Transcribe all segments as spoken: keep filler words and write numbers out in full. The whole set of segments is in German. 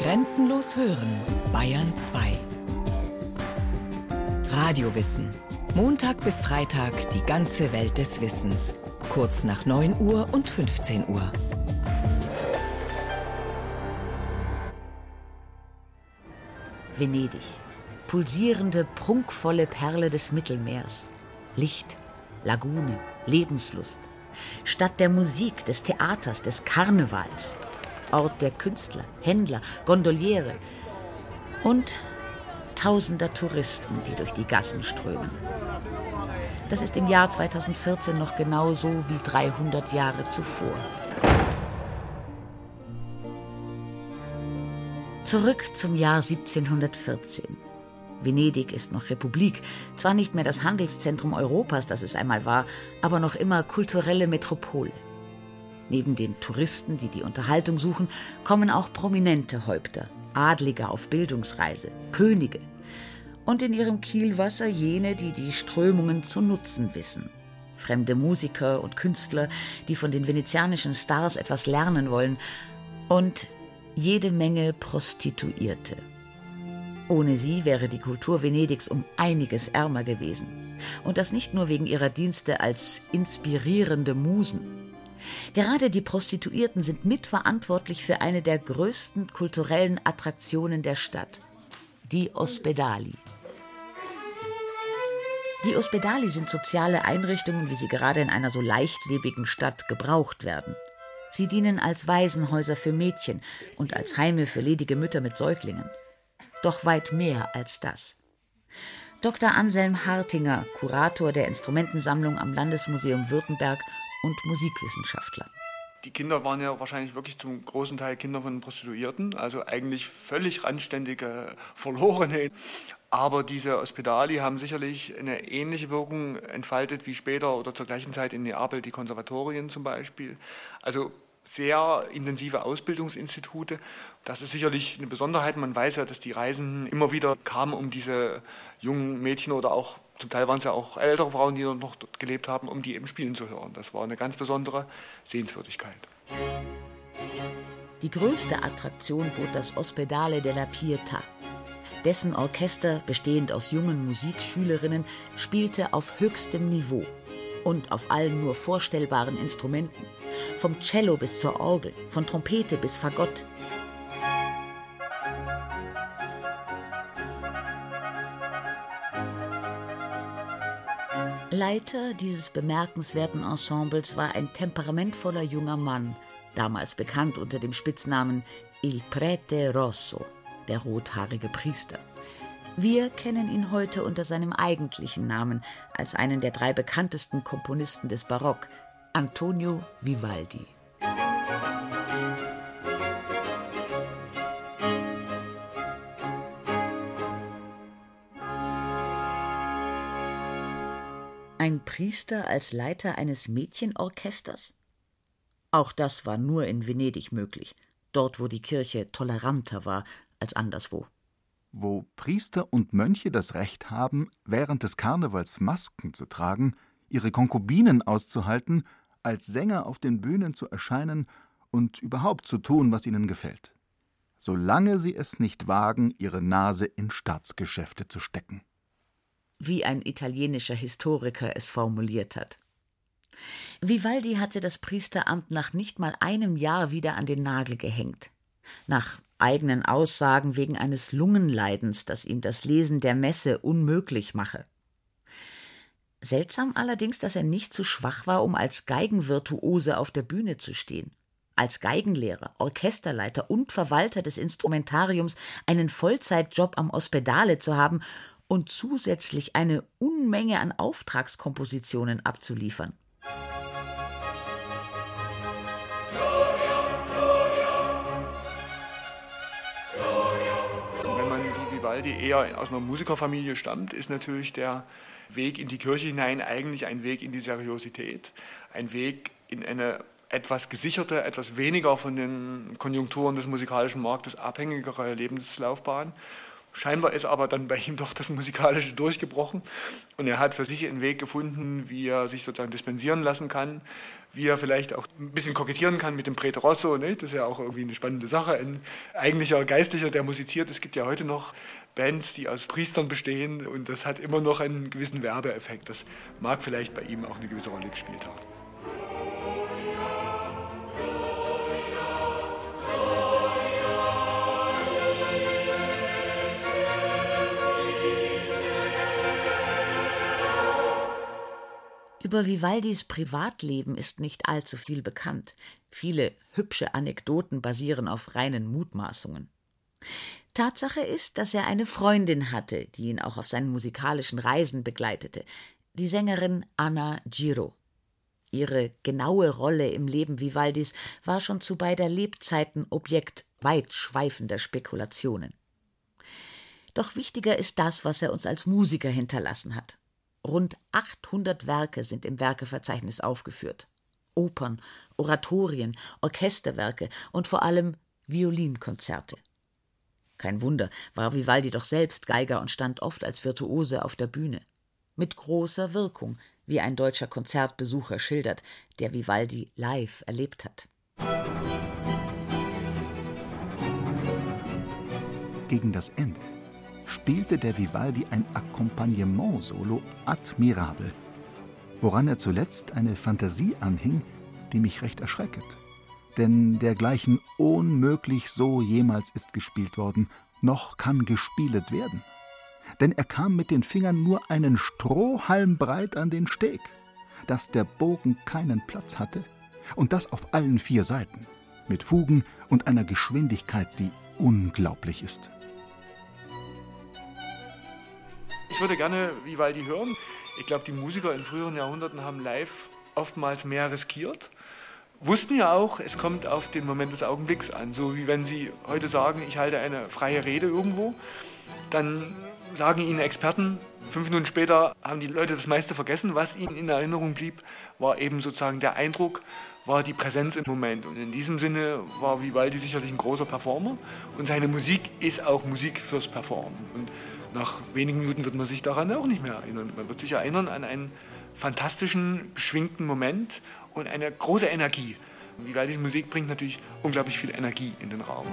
Grenzenlos hören, Bayern zwei. Radiowissen. Montag bis Freitag die ganze Welt des Wissens. Kurz nach neun Uhr und fünfzehn Uhr. Venedig. Pulsierende, prunkvolle Perle des Mittelmeers. Licht, Lagune, Lebenslust. Stadt der Musik, des Theaters, des Karnevals. Ort der Künstler, Händler, Gondoliere und tausender Touristen, die durch die Gassen strömen. Das ist im Jahr zweitausendvierzehn noch genauso wie dreihundert Jahre zuvor. Zurück zum Jahr siebzehnhundertvierzehn. Venedig ist noch Republik, zwar nicht mehr das Handelszentrum Europas, das es einmal war, aber noch immer kulturelle Metropole. Neben den Touristen, die die Unterhaltung suchen, kommen auch prominente Häupter, Adlige auf Bildungsreise, Könige und in ihrem Kielwasser jene, die die Strömungen zu nutzen wissen. Fremde Musiker und Künstler, die von den venezianischen Stars etwas lernen wollen und jede Menge Prostituierte. Ohne sie wäre die Kultur Venedigs um einiges ärmer gewesen. Und das nicht nur wegen ihrer Dienste als inspirierende Musen. Gerade die Prostituierten sind mitverantwortlich für eine der größten kulturellen Attraktionen der Stadt, die Ospedali. Die Ospedali sind soziale Einrichtungen, wie sie gerade in einer so leichtlebigen Stadt gebraucht werden. Sie dienen als Waisenhäuser für Mädchen und als Heime für ledige Mütter mit Säuglingen. Doch weit mehr als das. Doktor Anselm Hartinger, Kurator der Instrumentensammlung am Landesmuseum Württemberg und Musikwissenschaftler. Die Kinder waren ja wahrscheinlich wirklich zum großen Teil Kinder von Prostituierten, also eigentlich völlig randständige, Verlorene. Aber diese Ospedali haben sicherlich eine ähnliche Wirkung entfaltet wie später oder zur gleichen Zeit in Neapel die Konservatorien zum Beispiel. Also sehr intensive Ausbildungsinstitute. Das ist sicherlich eine Besonderheit. Man weiß ja, dass die Reisenden immer wieder kamen, um diese jungen Mädchen oder auch, zum Teil waren es ja auch ältere Frauen, die noch dort gelebt haben, um die eben spielen zu hören. Das war eine ganz besondere Sehenswürdigkeit. Die größte Attraktion bot das Ospedale della Pietà. Dessen Orchester, bestehend aus jungen Musikschülerinnen, spielte auf höchstem Niveau und auf allen nur vorstellbaren Instrumenten. Vom Cello bis zur Orgel, von Trompete bis Fagott. Leiter dieses bemerkenswerten Ensembles war ein temperamentvoller junger Mann, damals bekannt unter dem Spitznamen Il Prete Rosso, der rothaarige Priester. Wir kennen ihn heute unter seinem eigentlichen Namen als einen der drei bekanntesten Komponisten des Barock, Antonio Vivaldi. Ein Priester als Leiter eines Mädchenorchesters? Auch das war nur in Venedig möglich, dort wo die Kirche toleranter war als anderswo. Wo Priester und Mönche das Recht haben, während des Karnevals Masken zu tragen, ihre Konkubinen auszuhalten, als Sänger auf den Bühnen zu erscheinen und überhaupt zu tun, was ihnen gefällt. Solange sie es nicht wagen, ihre Nase in Staatsgeschäfte zu stecken. Wie ein italienischer Historiker es formuliert hat. Vivaldi hatte das Priesteramt nach nicht mal einem Jahr wieder an den Nagel gehängt. Nach eigenen Aussagen wegen eines Lungenleidens, das ihm das Lesen der Messe unmöglich mache. Seltsam allerdings, dass er nicht zu schwach war, um als Geigenvirtuose auf der Bühne zu stehen. Als Geigenlehrer, Orchesterleiter und Verwalter des Instrumentariums einen Vollzeitjob am Ospedale zu haben und zusätzlich eine Unmenge an Auftragskompositionen abzuliefern. Wenn man sieht, Vivaldi eher aus einer Musikerfamilie stammt, ist natürlich der Weg in die Kirche hinein eigentlich ein Weg in die Seriosität, ein Weg in eine etwas gesicherte, etwas weniger von den Konjunkturen des musikalischen Marktes abhängigere Lebenslaufbahn. Scheinbar ist aber dann bei ihm doch das Musikalische durchgebrochen und er hat für sich einen Weg gefunden, wie er sich sozusagen dispensieren lassen kann, wie er vielleicht auch ein bisschen kokettieren kann mit dem Prete Rosso, nicht? Das ist ja auch irgendwie eine spannende Sache. Ein eigentlicher Geistlicher, der musiziert. Es gibt ja heute noch Bands, die aus Priestern bestehen und das hat immer noch einen gewissen Werbeeffekt. Das mag vielleicht bei ihm auch eine gewisse Rolle gespielt haben. Über Vivaldis Privatleben ist nicht allzu viel bekannt. Viele hübsche Anekdoten basieren auf reinen Mutmaßungen. Tatsache ist, dass er eine Freundin hatte, die ihn auch auf seinen musikalischen Reisen begleitete, die Sängerin Anna Giro. Ihre genaue Rolle im Leben Vivaldis war schon zu beider Lebzeiten Objekt weitschweifender Spekulationen. Doch wichtiger ist das, was er uns als Musiker hinterlassen hat. Rund achthundert Werke sind im Werkeverzeichnis aufgeführt. Opern, Oratorien, Orchesterwerke und vor allem Violinkonzerte. Kein Wunder, war Vivaldi doch selbst Geiger und stand oft als Virtuose auf der Bühne. Mit großer Wirkung, wie ein deutscher Konzertbesucher schildert, der Vivaldi live erlebt hat. Gegen das Ende spielte der Vivaldi ein Akkompagnement-Solo admirabel, woran er zuletzt eine Fantasie anhing, die mich recht erschrecket. Denn dergleichen unmöglich so jemals ist gespielt worden, noch kann gespielet werden. Denn er kam mit den Fingern nur einen Strohhalm breit an den Steg, dass der Bogen keinen Platz hatte, und das auf allen vier Seiten, mit Fugen und einer Geschwindigkeit, die unglaublich ist. Ich würde gerne Vivaldi hören. Ich glaube, die Musiker in früheren Jahrhunderten haben live oftmals mehr riskiert. Wussten ja auch, es kommt auf den Moment des Augenblicks an. So wie wenn Sie heute sagen, ich halte eine freie Rede irgendwo, dann sagen Ihnen Experten, fünf Minuten später haben die Leute das meiste vergessen. Was ihnen in Erinnerung blieb, war eben sozusagen der Eindruck, war die Präsenz im Moment. Und in diesem Sinne war Vivaldi sicherlich ein großer Performer. Und seine Musik ist auch Musik fürs Performen. Und nach wenigen Minuten wird man sich daran auch nicht mehr erinnern. Man wird sich erinnern an einen fantastischen, beschwingten Moment und eine große Energie. Vivaldis Musik bringt natürlich unglaublich viel Energie in den Raum.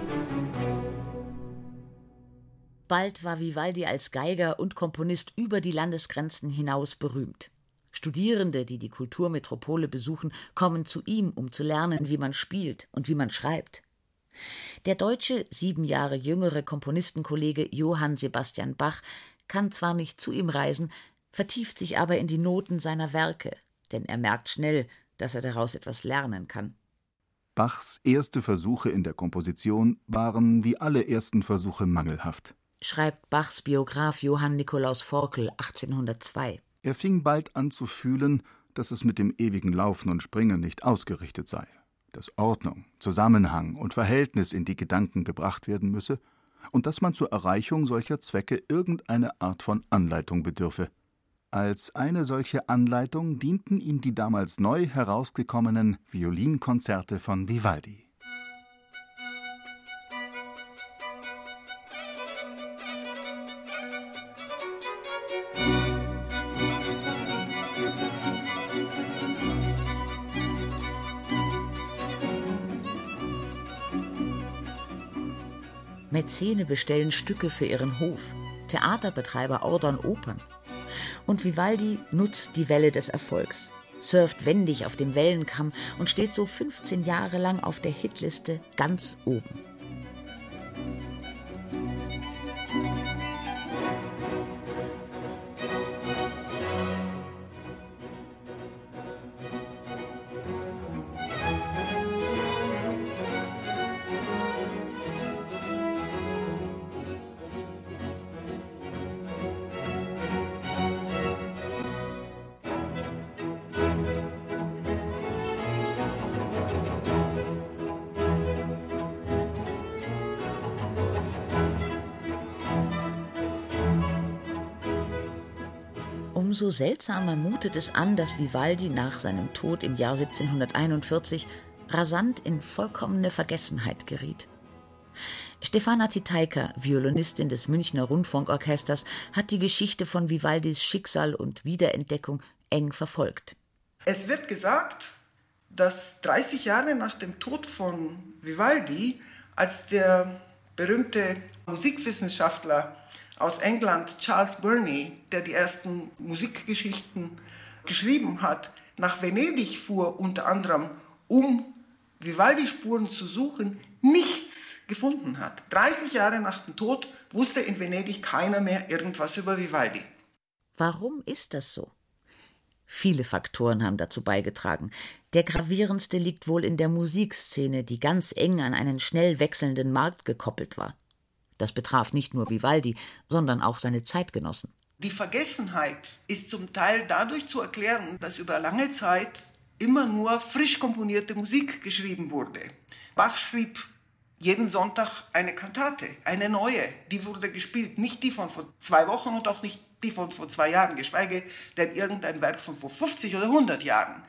Bald war Vivaldi als Geiger und Komponist über die Landesgrenzen hinaus berühmt. Studierende, die die Kulturmetropole besuchen, kommen zu ihm, um zu lernen, wie man spielt und wie man schreibt. Der deutsche, sieben Jahre jüngere Komponistenkollege Johann Sebastian Bach kann zwar nicht zu ihm reisen, vertieft sich aber in die Noten seiner Werke, denn er merkt schnell, dass er daraus etwas lernen kann. Bachs erste Versuche in der Komposition waren wie alle ersten Versuche mangelhaft, schreibt Bachs Biograf Johann Nikolaus Forkel achtzehnhundertzwei. Er fing bald an zu fühlen, dass es mit dem ewigen Laufen und Springen nicht ausgerichtet sei, dass Ordnung, Zusammenhang und Verhältnis in die Gedanken gebracht werden müsse und dass man zur Erreichung solcher Zwecke irgendeine Art von Anleitung bedürfe. Als eine solche Anleitung dienten ihm die damals neu herausgekommenen Violinkonzerte von Vivaldi. Mäzene bestellen Stücke für ihren Hof, Theaterbetreiber ordern Opern. Und Vivaldi nutzt die Welle des Erfolgs, surft wendig auf dem Wellenkamm und steht so fünfzehn Jahre lang auf der Hitliste ganz oben. Umso seltsamer mutet es an, dass Vivaldi nach seinem Tod im Jahr siebzehnhunderteinundvierzig rasant in vollkommene Vergessenheit geriet. Stefana Titejka, Violinistin des Münchner Rundfunkorchesters, hat die Geschichte von Vivaldis Schicksal und Wiederentdeckung eng verfolgt. Es wird gesagt, dass dreißig Jahre nach dem Tod von Vivaldi, als der berühmte Musikwissenschaftler aus England, Charles Burney, der die ersten Musikgeschichten geschrieben hat, nach Venedig fuhr, unter anderem, um Vivaldi-Spuren zu suchen, nichts gefunden hat. dreißig Jahre nach dem Tod wusste in Venedig keiner mehr irgendwas über Vivaldi. Warum ist das so? Viele Faktoren haben dazu beigetragen. Der gravierendste liegt wohl in der Musikszene, die ganz eng an einen schnell wechselnden Markt gekoppelt war. Das betraf nicht nur Vivaldi, sondern auch seine Zeitgenossen. Die Vergessenheit ist zum Teil dadurch zu erklären, dass über lange Zeit immer nur frisch komponierte Musik geschrieben wurde. Bach schrieb jeden Sonntag eine Kantate, eine neue, die wurde gespielt, nicht die von vor zwei Wochen und auch nicht die von vor zwei Jahren, geschweige denn irgendein Werk von vor fünfzig oder hundert Jahren.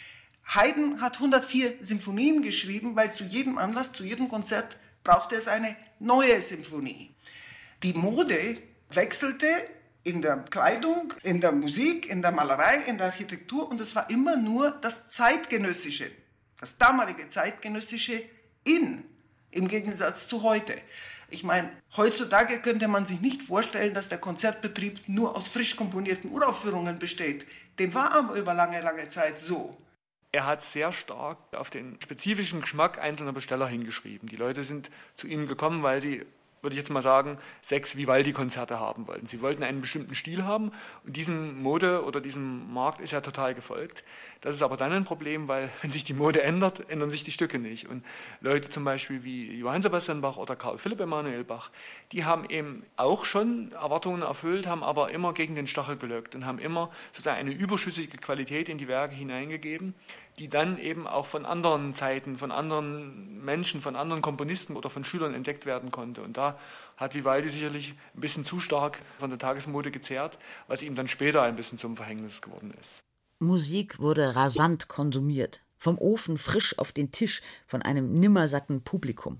Haydn hat hundertvier Symphonien geschrieben, weil zu jedem Anlass, zu jedem Konzert brauchte es eine neue Symphonie. Die Mode wechselte in der Kleidung, in der Musik, in der Malerei, in der Architektur und es war immer nur das zeitgenössische, das damalige zeitgenössische in, im Gegensatz zu heute. Ich meine, heutzutage könnte man sich nicht vorstellen, dass der Konzertbetrieb nur aus frisch komponierten Uraufführungen besteht. Dem war aber über lange, lange Zeit so. Er hat sehr stark auf den spezifischen Geschmack einzelner Besteller hingeschrieben. Die Leute sind zu ihm gekommen, weil sie, würde ich jetzt mal sagen, sechs Vivaldi-Konzerte haben wollten. Sie wollten einen bestimmten Stil haben und diesem Mode oder diesem Markt ist er total gefolgt. Das ist aber dann ein Problem, weil wenn sich die Mode ändert, ändern sich die Stücke nicht. Und Leute zum Beispiel wie Johann Sebastian Bach oder Karl Philipp Emanuel Bach, die haben eben auch schon Erwartungen erfüllt, haben aber immer gegen den Stachel gelöckt und haben immer sozusagen eine überschüssige Qualität in die Werke hineingegeben, die dann eben auch von anderen Zeiten, von anderen Menschen, von anderen Komponisten oder von Schülern entdeckt werden konnte. Und da hat Vivaldi sicherlich ein bisschen zu stark von der Tagesmode gezerrt, was ihm dann später ein bisschen zum Verhängnis geworden ist. Musik wurde rasant konsumiert, vom Ofen frisch auf den Tisch von einem nimmersatten Publikum.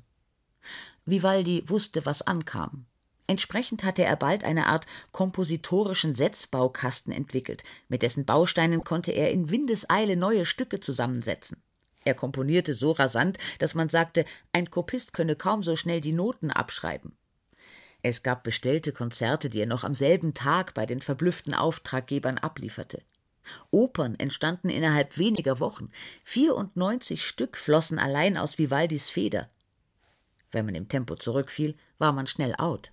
Vivaldi wusste, was ankam. Entsprechend hatte er bald eine Art kompositorischen Setzbaukasten entwickelt, mit dessen Bausteinen konnte er in Windeseile neue Stücke zusammensetzen. Er komponierte so rasant, dass man sagte, ein Kopist könne kaum so schnell die Noten abschreiben. Es gab bestellte Konzerte, die er noch am selben Tag bei den verblüfften Auftraggebern ablieferte. Opern entstanden innerhalb weniger Wochen. vierundneunzig Stück flossen allein aus Vivaldis Feder. Wenn man im Tempo zurückfiel, war man schnell out.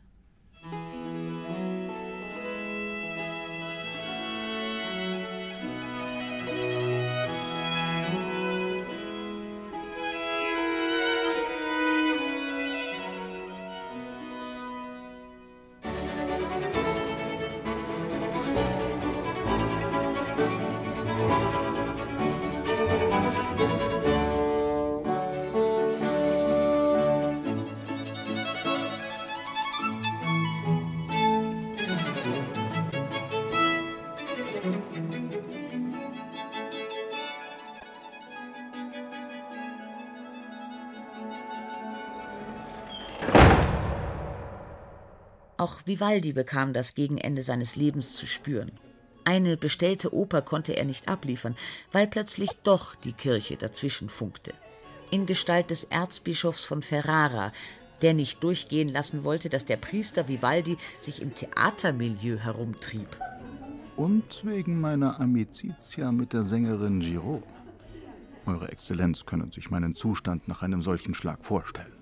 Auch Vivaldi bekam das Gegenende seines Lebens zu spüren. Eine bestellte Oper konnte er nicht abliefern, weil plötzlich doch die Kirche dazwischen funkte. In Gestalt des Erzbischofs von Ferrara, der nicht durchgehen lassen wollte, dass der Priester Vivaldi sich im Theatermilieu herumtrieb. Und wegen meiner Amicizia mit der Sängerin Giraud. Eure Exzellenz können sich meinen Zustand nach einem solchen Schlag vorstellen.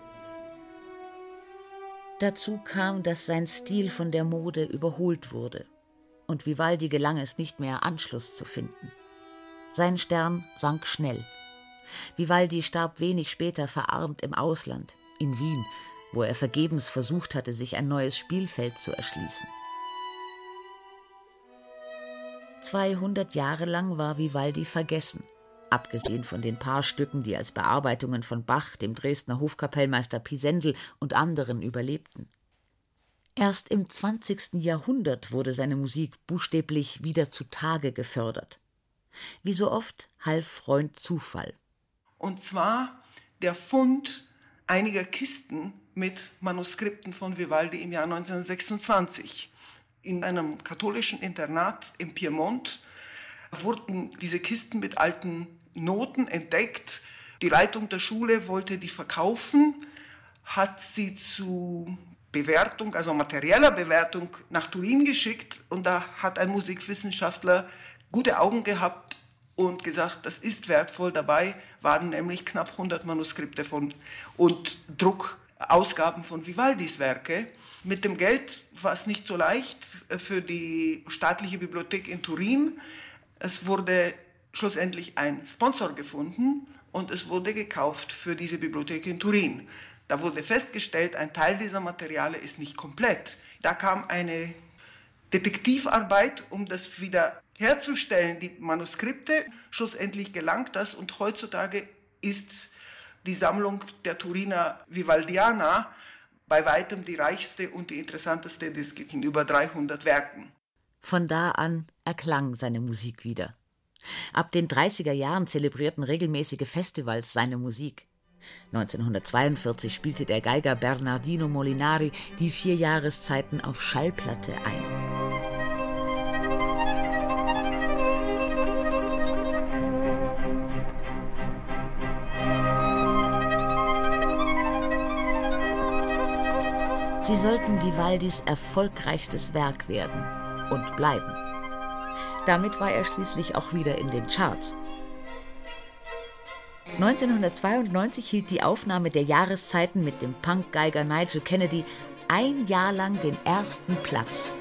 Dazu kam, dass sein Stil von der Mode überholt wurde. Und Vivaldi gelang es nicht mehr, Anschluss zu finden. Sein Stern sank schnell. Vivaldi starb wenig später verarmt im Ausland, in Wien, wo er vergebens versucht hatte, sich ein neues Spielfeld zu erschließen. zweihundert Jahre lang war Vivaldi vergessen, abgesehen von den paar Stücken, die als Bearbeitungen von Bach, dem Dresdner Hofkapellmeister Pisendel und anderen überlebten. Erst im zwanzigsten Jahrhundert wurde seine Musik buchstäblich wieder zutage gefördert. Wie so oft half Freund Zufall. Und zwar der Fund einiger Kisten mit Manuskripten von Vivaldi im Jahr neunzehnhundertsechsundzwanzig. In einem katholischen Internat im Piemont wurden diese Kisten mit alten Noten entdeckt. Die Leitung der Schule wollte die verkaufen, hat sie zu Bewertung, also materieller Bewertung, nach Turin geschickt. Und da hat ein Musikwissenschaftler gute Augen gehabt und gesagt, das ist wertvoll. Dabei waren nämlich knapp hundert Manuskripte von und Druckausgaben von Vivaldis Werke. Mit dem Geld war es nicht so leicht für die staatliche Bibliothek in Turin. Es wurde schlussendlich ein Sponsor gefunden und es wurde gekauft für diese Bibliothek in Turin. Da wurde festgestellt, ein Teil dieser Materialien ist nicht komplett. Da kam eine Detektivarbeit, um das wieder herzustellen, die Manuskripte. Schlussendlich gelangt das und heutzutage ist die Sammlung der Turiner Vivaldiana bei weitem die reichste und die interessanteste, die es gibt, in über dreihundert Werken. Von da an erklang seine Musik wieder. Ab den dreißiger Jahren zelebrierten regelmäßige Festivals seine Musik. neunzehnhundertzweiundvierzig spielte der Geiger Bernardino Molinari die vier Jahreszeiten auf Schallplatte ein. Sie sollten Vivaldis erfolgreichstes Werk werden und bleiben. Damit war er schließlich auch wieder in den Charts. neunzehnhundertzweiundneunzig hielt die Aufnahme der Jahreszeiten mit dem Punkgeiger Nigel Kennedy ein Jahr lang den ersten Platz.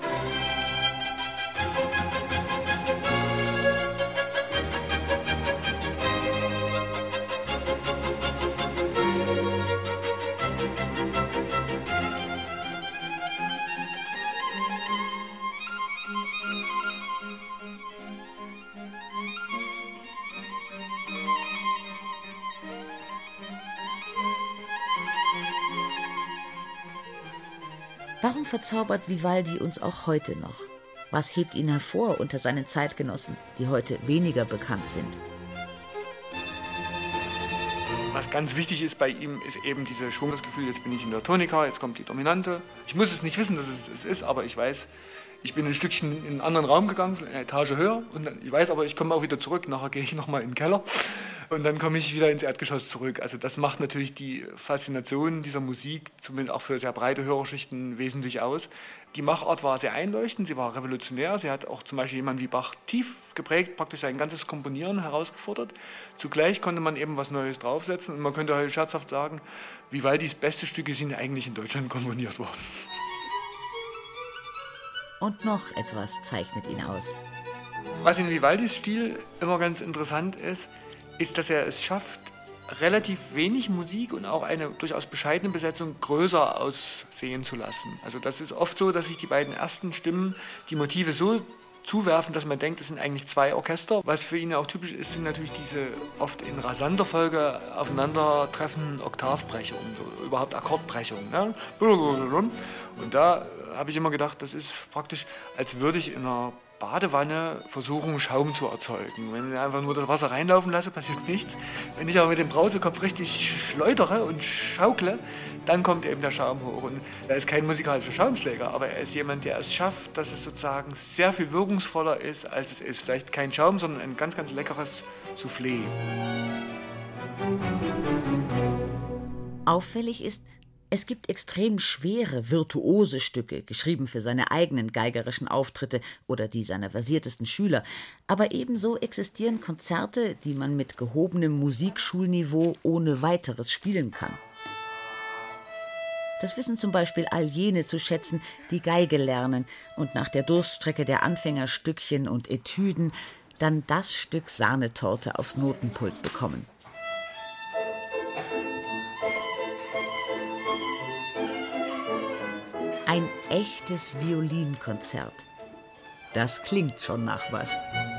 Warum verzaubert Vivaldi uns auch heute noch? Was hebt ihn hervor unter seinen Zeitgenossen, die heute weniger bekannt sind? Was ganz wichtig ist bei ihm, ist eben dieses Schwunggefühl, jetzt bin ich in der Tonika, jetzt kommt die Dominante. Ich muss es nicht wissen, dass es es ist, aber ich weiß, ich bin ein Stückchen in einen anderen Raum gegangen, eine Etage höher. Und dann, ich weiß aber, ich komme auch wieder zurück. Nachher gehe ich nochmal in den Keller und dann komme ich wieder ins Erdgeschoss zurück. Also das macht natürlich die Faszination dieser Musik, zumindest auch für sehr breite Hörerschichten, wesentlich aus. Die Machart war sehr einleuchtend, sie war revolutionär. Sie hat auch zum Beispiel jemanden wie Bach tief geprägt, praktisch sein ganzes Komponieren herausgefordert. Zugleich konnte man eben was Neues draufsetzen. Und man könnte heute scherzhaft sagen, Vivaldis beste Stücke sind eigentlich in Deutschland komponiert worden. Und noch etwas zeichnet ihn aus. Was in Vivaldis Stil immer ganz interessant ist, ist, dass er es schafft, relativ wenig Musik und auch eine durchaus bescheidene Besetzung größer aussehen zu lassen. Also das ist oft so, dass sich die beiden ersten Stimmen die Motive so zuwerfen, dass man denkt, es sind eigentlich zwei Orchester. Was für ihn auch typisch ist, sind natürlich diese oft in rasanter Folge aufeinandertreffenden Oktavbrechungen, überhaupt Akkordbrechungen. Ne? Und da habe ich immer gedacht, das ist praktisch, als würde ich in einer Badewanne versuchen, Schaum zu erzeugen. Wenn ich einfach nur das Wasser reinlaufen lasse, passiert nichts. Wenn ich aber mit dem Brausekopf richtig schleudere und schaukle, dann kommt eben der Schaum hoch. Und er ist kein musikalischer Schaumschläger, aber er ist jemand, der es schafft, dass es sozusagen sehr viel wirkungsvoller ist, als es ist. Vielleicht kein Schaum, sondern ein ganz, ganz leckeres Soufflé. Auffällig ist, es gibt extrem schwere, virtuose Stücke, geschrieben für seine eigenen geigerischen Auftritte oder die seiner versiertesten Schüler. Aber ebenso existieren Konzerte, die man mit gehobenem Musikschulniveau ohne weiteres spielen kann. Das wissen zum Beispiel all jene zu schätzen, die Geige lernen und nach der Durststrecke der Anfängerstückchen und Etüden dann das Stück Sahnetorte aufs Notenpult bekommen. Ein echtes Violinkonzert. Das klingt schon nach was.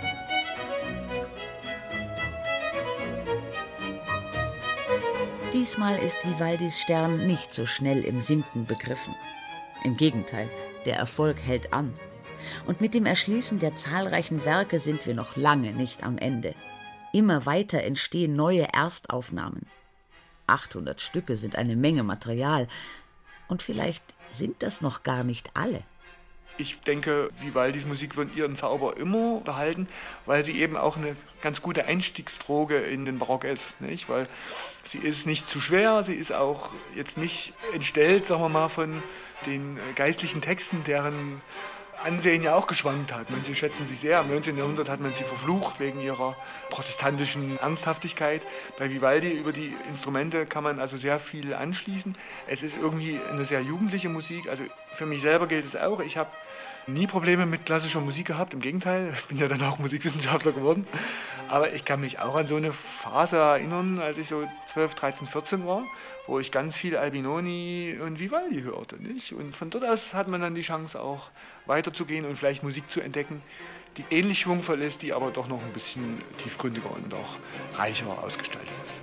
Diesmal ist Vivaldis Stern nicht so schnell im Sinken begriffen. Im Gegenteil, der Erfolg hält an. Und mit dem Erschließen der zahlreichen Werke sind wir noch lange nicht am Ende. Immer weiter entstehen neue Erstaufnahmen. achthundert Stücke sind eine Menge Material. Und vielleicht sind das noch gar nicht alle. Ich denke, Vivaldis Musik wird ihren Zauber immer behalten, weil sie eben auch eine ganz gute Einstiegsdroge in den Barock ist. Nicht? Weil sie ist nicht zu schwer, sie ist auch jetzt nicht entstellt, sagen wir mal, von den geistlichen Texten, deren Ansehen ja auch geschwankt hat. Manche schätzen sie sehr. Im neunzehnten Jahrhundert hat man sie verflucht wegen ihrer protestantischen Ernsthaftigkeit. Bei Vivaldi über die Instrumente kann man also sehr viel anschließen. Es ist irgendwie eine sehr jugendliche Musik. Also für mich selber gilt es auch. Ich habe nie Probleme mit klassischer Musik gehabt. Im Gegenteil, ich bin ja dann auch Musikwissenschaftler geworden. Aber ich kann mich auch an so eine Phase erinnern, als ich so zwölf, dreizehn, vierzehn war, wo ich ganz viel Albinoni und Vivaldi hörte. Nicht? Und von dort aus hat man dann die Chance, auch weiterzugehen und vielleicht Musik zu entdecken, die ähnlich schwungvoll ist, die aber doch noch ein bisschen tiefgründiger und auch reicher ausgestaltet ist.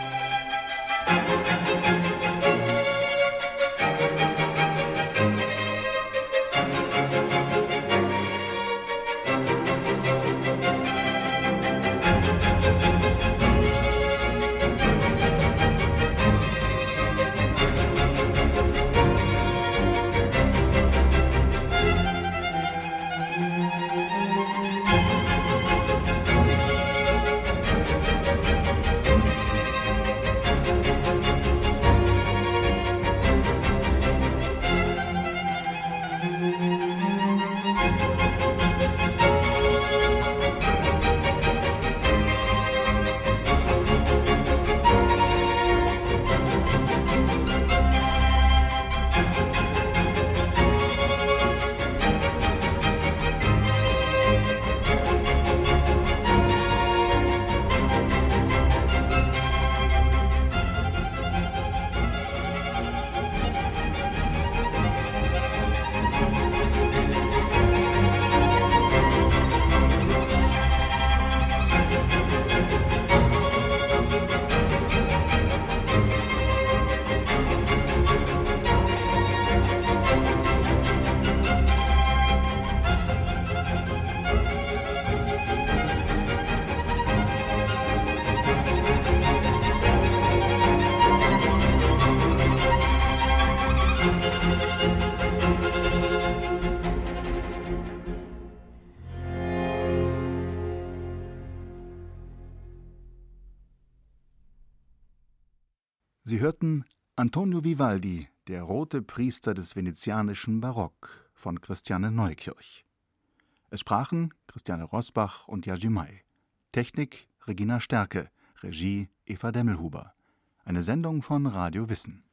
Sie hörten Antonio Vivaldi, der rote Priester des venezianischen Barock von Christiane Neukirch. Es sprachen Christiane Rosbach und Jerzy May. Technik Regina Stärke, Regie Eva Demmelhuber. Eine Sendung von Radio Wissen.